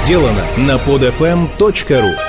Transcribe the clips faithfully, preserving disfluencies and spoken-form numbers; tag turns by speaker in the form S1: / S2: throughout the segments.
S1: сделано на под эф эм точка ру.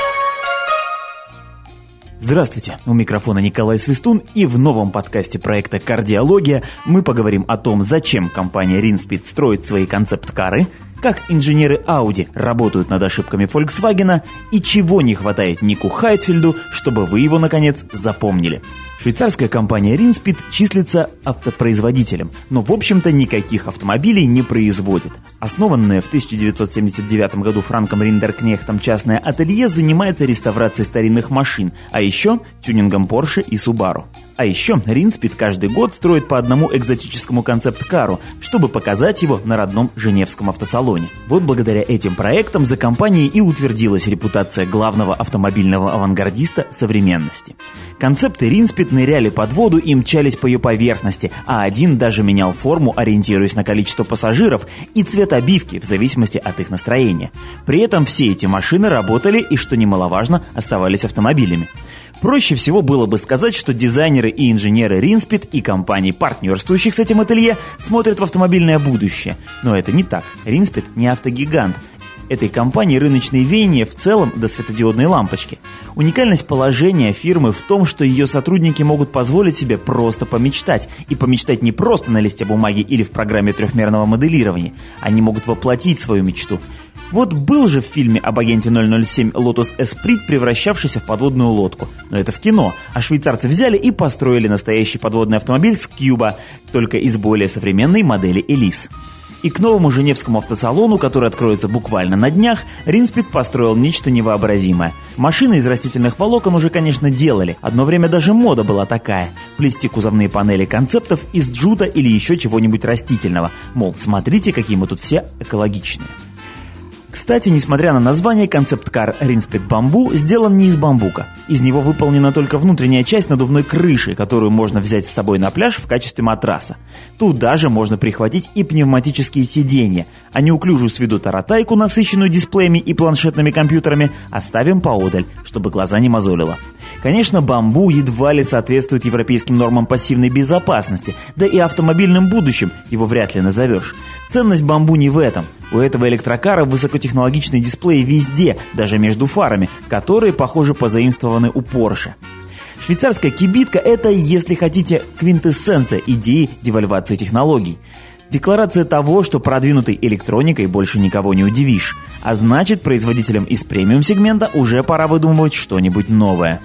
S2: Здравствуйте, у микрофона Николай Свистун, и в новом подкасте проекта «Кардиология» мы поговорим о том, зачем компания Rinspeed строит свои концепт-кары, как инженеры Audi работают над ошибками Volkswagen и чего не хватает Нику Хайтфельду, чтобы вы его, наконец, запомнили. Швейцарская компания Rinspeed числится автопроизводителем, но, в общем-то, никаких автомобилей не производит. Основанное в тысяча девятьсот семьдесят девятом году Франком Риндеркнехтом частное ателье занимается реставрацией старинных машин, а еще тюнингом Porsche и Subaru. А еще Rinspeed каждый год строит по одному экзотическому концепт-кару, чтобы показать его на родном женевском автосалоне. Вот благодаря этим проектам за компанией и утвердилась репутация главного автомобильного авангардиста современности. Концепты Rinspeed ныряли под воду и мчались по ее поверхности, а один даже менял форму, ориентируясь на количество пассажиров и цвет обивки в зависимости от их настроения. При этом все эти машины работали и, что немаловажно, оставались автомобилями. Проще всего было бы сказать, что дизайнеры и инженеры Rinspeed и компаний, партнерствующих с этим ателье, смотрят в автомобильное будущее. Но это не так. Rinspeed не автогигант. Этой компании рыночные веяния в целом до светодиодной лампочки. Уникальность положения фирмы в том, что ее сотрудники могут позволить себе просто помечтать. И помечтать не просто на листе бумаги или в программе трехмерного моделирования. Они могут воплотить свою мечту. Вот был же в фильме об агенте ноль ноль семь Lotus Esprit, превращавшийся в подводную лодку. Но это в кино. А швейцарцы взяли и построили настоящий подводный автомобиль с Кьюба, только из более современной модели Элис. И к новому женевскому автосалону, который откроется буквально на днях, Rinspeed построил нечто невообразимое. Машины из растительных волокон уже, конечно, делали. Одно время даже мода была такая – плести кузовные панели концептов из джута или еще чего-нибудь растительного. Мол, смотрите, какие мы тут все экологичные. Кстати, несмотря на название, концепт-кар Rinspeed Bamboo сделан не из бамбука. Из него выполнена только внутренняя часть надувной крыши, которую можно взять с собой на пляж в качестве матраса. Туда же можно прихватить и пневматические сиденья, а неуклюжую с виду таратайку, насыщенную дисплеями и планшетными компьютерами, оставим поодаль, чтобы глаза не мозолило. Конечно, бамбу едва ли соответствует европейским нормам пассивной безопасности, да и автомобильным будущим его вряд ли назовешь. Ценность бамбу не в этом. У этого электрокара высокотехнологичные дисплеи везде, даже между фарами, которые, похоже, позаимствованы у Porsche. Швейцарская кибитка – это, если хотите, квинтэссенция идеи девальвации технологий. Декларация того, что продвинутой электроникой больше никого не удивишь. А значит, производителям из премиум-сегмента уже пора выдумывать что-нибудь новое.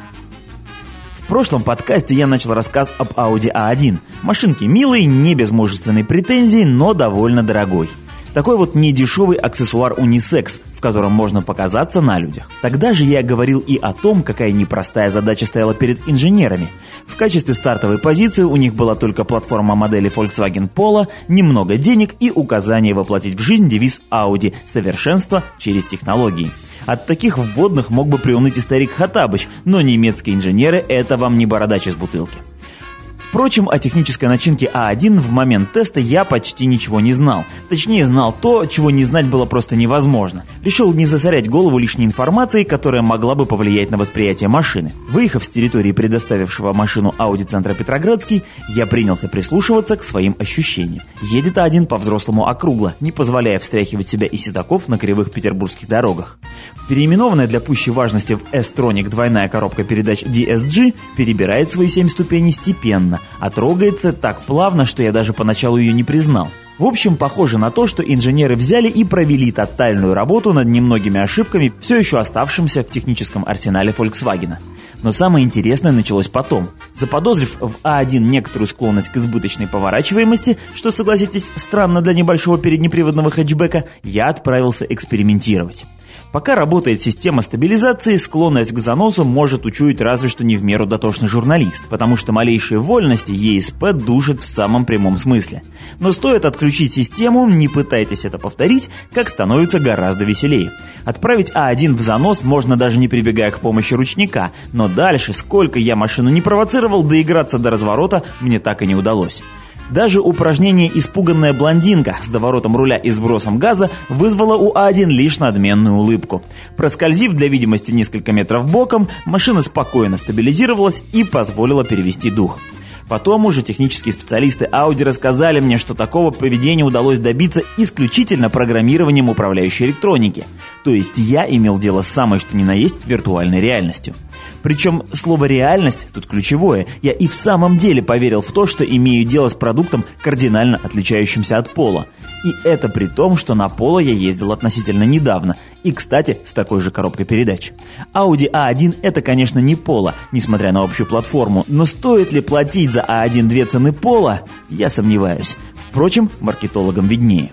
S2: В прошлом подкасте я начал рассказ об Audi а один. Машинке милой, не без мужественной претензии, но довольно дорогой. Такой вот недешевый аксессуар унисекс, в котором можно показаться на людях. Тогда же я говорил и о том, какая непростая задача стояла перед инженерами. В качестве стартовой позиции у них была только платформа модели Volkswagen Polo, немного денег и указание воплотить в жизнь девиз Audi «Совершенство через технологии». От таких вводных мог бы приуныть и старик Хаттабыч, но немецкие инженеры – это вам не бородач из бутылки. Впрочем, о технической начинке а один в момент теста я почти ничего не знал. Точнее, знал то, чего не знать было просто невозможно. Решил не засорять голову лишней информацией, которая могла бы повлиять на восприятие машины. Выехав с территории предоставившего машину Audi центра Петроградский, я принялся прислушиваться к своим ощущениям. Едет а один по-взрослому округло, не позволяя встряхивать себя и седаков на кривых петербургских дорогах. Переименованная для пущей важности в S-Tronic двойная коробка передач ди эс джи перебирает свои семь ступеней степенно, а трогается так плавно, что я даже поначалу ее не признал. В общем, похоже на то, что инженеры взяли и провели тотальную работу над немногими ошибками, все еще оставшимся в техническом арсенале Volkswagen. Но самое интересное началось потом. Заподозрив в а один некоторую склонность к избыточной поворачиваемости, что, согласитесь, странно для небольшого переднеприводного хэтчбека, я отправился экспериментировать. Пока работает система стабилизации, склонность к заносу может учуять разве что не в меру дотошный журналист, потому что малейшие вольности и эс пэ душит в самом прямом смысле. Но стоит отключить систему, не пытайтесь это повторить, как становится гораздо веселее. Отправить а один в занос можно даже не прибегая к помощи ручника, но дальше, сколько я машину не провоцировал, доиграться до разворота мне так и не удалось. Даже упражнение «Испуганная блондинка» с доворотом руля и сбросом газа вызвало у а один лишь надменную улыбку. Проскользив для видимости несколько метров боком, машина спокойно стабилизировалась и позволила перевести дух. Потом уже технические специалисты Audi рассказали мне, что такого поведения удалось добиться исключительно программированием управляющей электроники. То есть я имел дело с самой что ни на есть виртуальной реальностью. Причем слово «реальность» тут ключевое. Я и в самом деле поверил в то, что имею дело с продуктом, кардинально отличающимся от Polo. И это при том, что на Polo я ездил относительно недавно. И, кстати, с такой же коробкой передач. Audi а один это, конечно, не Polo, несмотря на общую платформу. Но стоит ли платить за а один две цены Polo, я сомневаюсь. Впрочем, маркетологам виднее.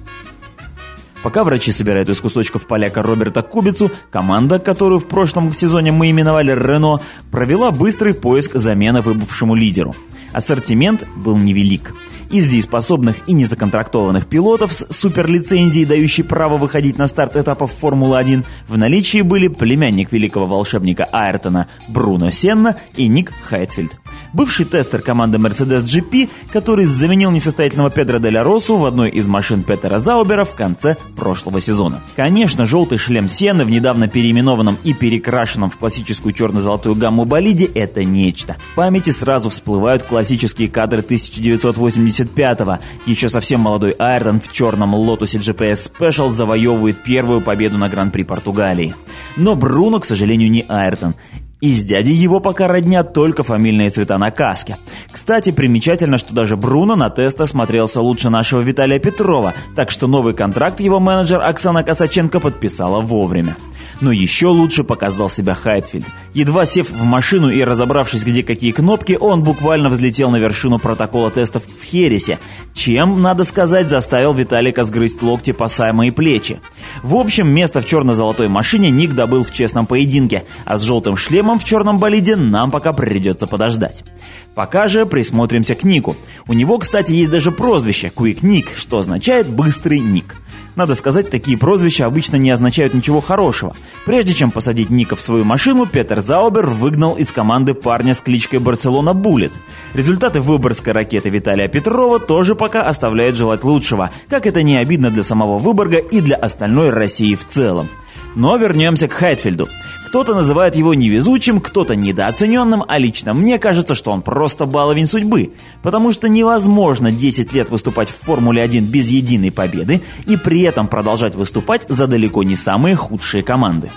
S2: Пока врачи собирают из кусочков поляка Роберта Кубицу, команда, которую в прошлом сезоне мы именовали «Рено», провела быстрый поиск замены выбывшему лидеру. Ассортимент был невелик. Из дееспособных и незаконтрактованных пилотов с суперлицензией, дающей право выходить на старт этапов Формулы один, в наличии были племянник великого волшебника Айртона Бруно Сенна и Ник Хайтфельд. Бывший тестер команды Mercedes джи пи, который заменил несостоятельного Педро де ля Росу в одной из машин Петера Заубера в конце прошлого сезона. Конечно, желтый шлем Сенны в недавно переименованном и перекрашенном в классическую черно-золотую гамму болиде – это нечто. В памяти сразу всплывают классические кадры тысяча девятьсот восемьдесят пятого. Еще совсем молодой Айртон в черном Лотусе джи пи эс Special завоевывает первую победу на Гран-при Португалии. Но Бруно, к сожалению, не Айртон. Из дяди его пока роднят только фамильные цвета на каске. Кстати, примечательно, что даже Бруно на тестах смотрелся лучше нашего Виталия Петрова, так что новый контракт его менеджер Оксана Косаченко подписала вовремя. Но еще лучше показал себя Хайтфельд. Едва сев в машину и разобравшись, где какие кнопки, он буквально взлетел на вершину протокола тестов в Хересе, чем, надо сказать, заставил Виталика сгрызть локти по самые плечи. В общем, место в черно-золотой машине Ник добыл в честном поединке, а с желтым шлемом в черном болиде нам пока придется подождать. Пока же присмотримся к Нику. У него, кстати, есть даже прозвище Quick Nick, что означает «быстрый Ник». Надо сказать, такие прозвища обычно не означают ничего хорошего. Прежде чем посадить Ника в свою машину, Петер Заубер выгнал из команды парня с кличкой Барселона Буллет. Результаты выборгской ракеты Виталия Петрова тоже пока оставляют желать лучшего, как это не обидно для самого Выборга и для остальной России в целом. Но вернемся к Хайтфельду. Кто-то называет его невезучим, кто-то недооцененным, а лично мне кажется, что он просто баловень судьбы. Потому что невозможно десять лет выступать в Формуле один без единой победы и при этом продолжать выступать за далеко не самые худшие команды.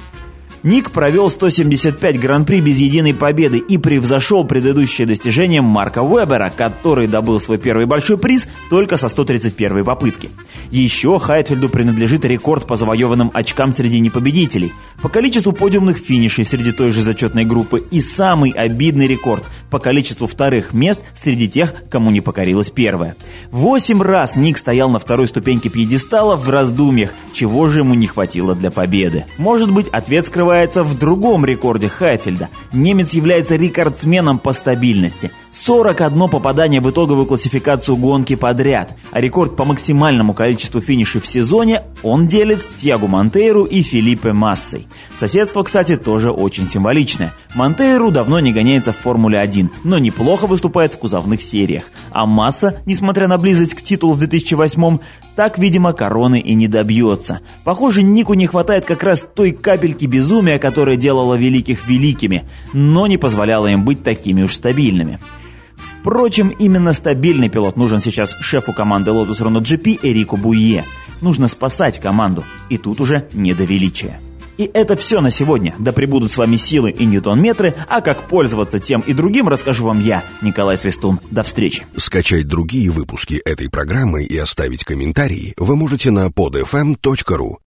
S2: Ник провел сто семьдесят пять гран-при без единой победы и превзошел предыдущее достижение Марка Вебера, который добыл свой первый большой приз только со сто тридцать первой попытки. Еще Хайтфельду принадлежит рекорд по завоеванным очкам среди непобедителей, по количеству подиумных финишей среди той же зачетной группы и самый обидный рекорд по количеству вторых мест среди тех, кому не покорилась первая. Восемь раз Ник стоял на второй ступеньке пьедестала в раздумьях, чего же ему не хватило для победы. Может быть, ответ скрывается в другом рекорде Хайтфельда. Немец является рекордсменом по стабильности. сорок одно попадание в итоговую классификацию гонки подряд. А рекорд по максимальному количеству финишей в сезоне он делит с Тьяго Монтейру и Фелипе Массой. Соседство, кстати, тоже очень символичное. Монтейру давно не гоняется в Формуле один, но неплохо выступает в кузовных сериях. А Масса, несмотря на близость к титулу в две тысячи восьмом, так, видимо, короны и не добьется. Похоже, Нику не хватает как раз той капельки безумия, которая делала великих великими, но не позволяла им быть такими уж стабильными. Впрочем, именно стабильный пилот нужен сейчас шефу команды Lotus Renault джи пи Эрику Буйе. Нужно спасать команду, и тут уже не до величия. И это все на сегодня. Да пребудут с вами силы и ньютон-метры, а как пользоваться тем и другим, расскажу вам я, Николай Свистун. До встречи.
S3: Скачать другие выпуски этой программы и оставить комментарии вы можете на под эф эм точка ру.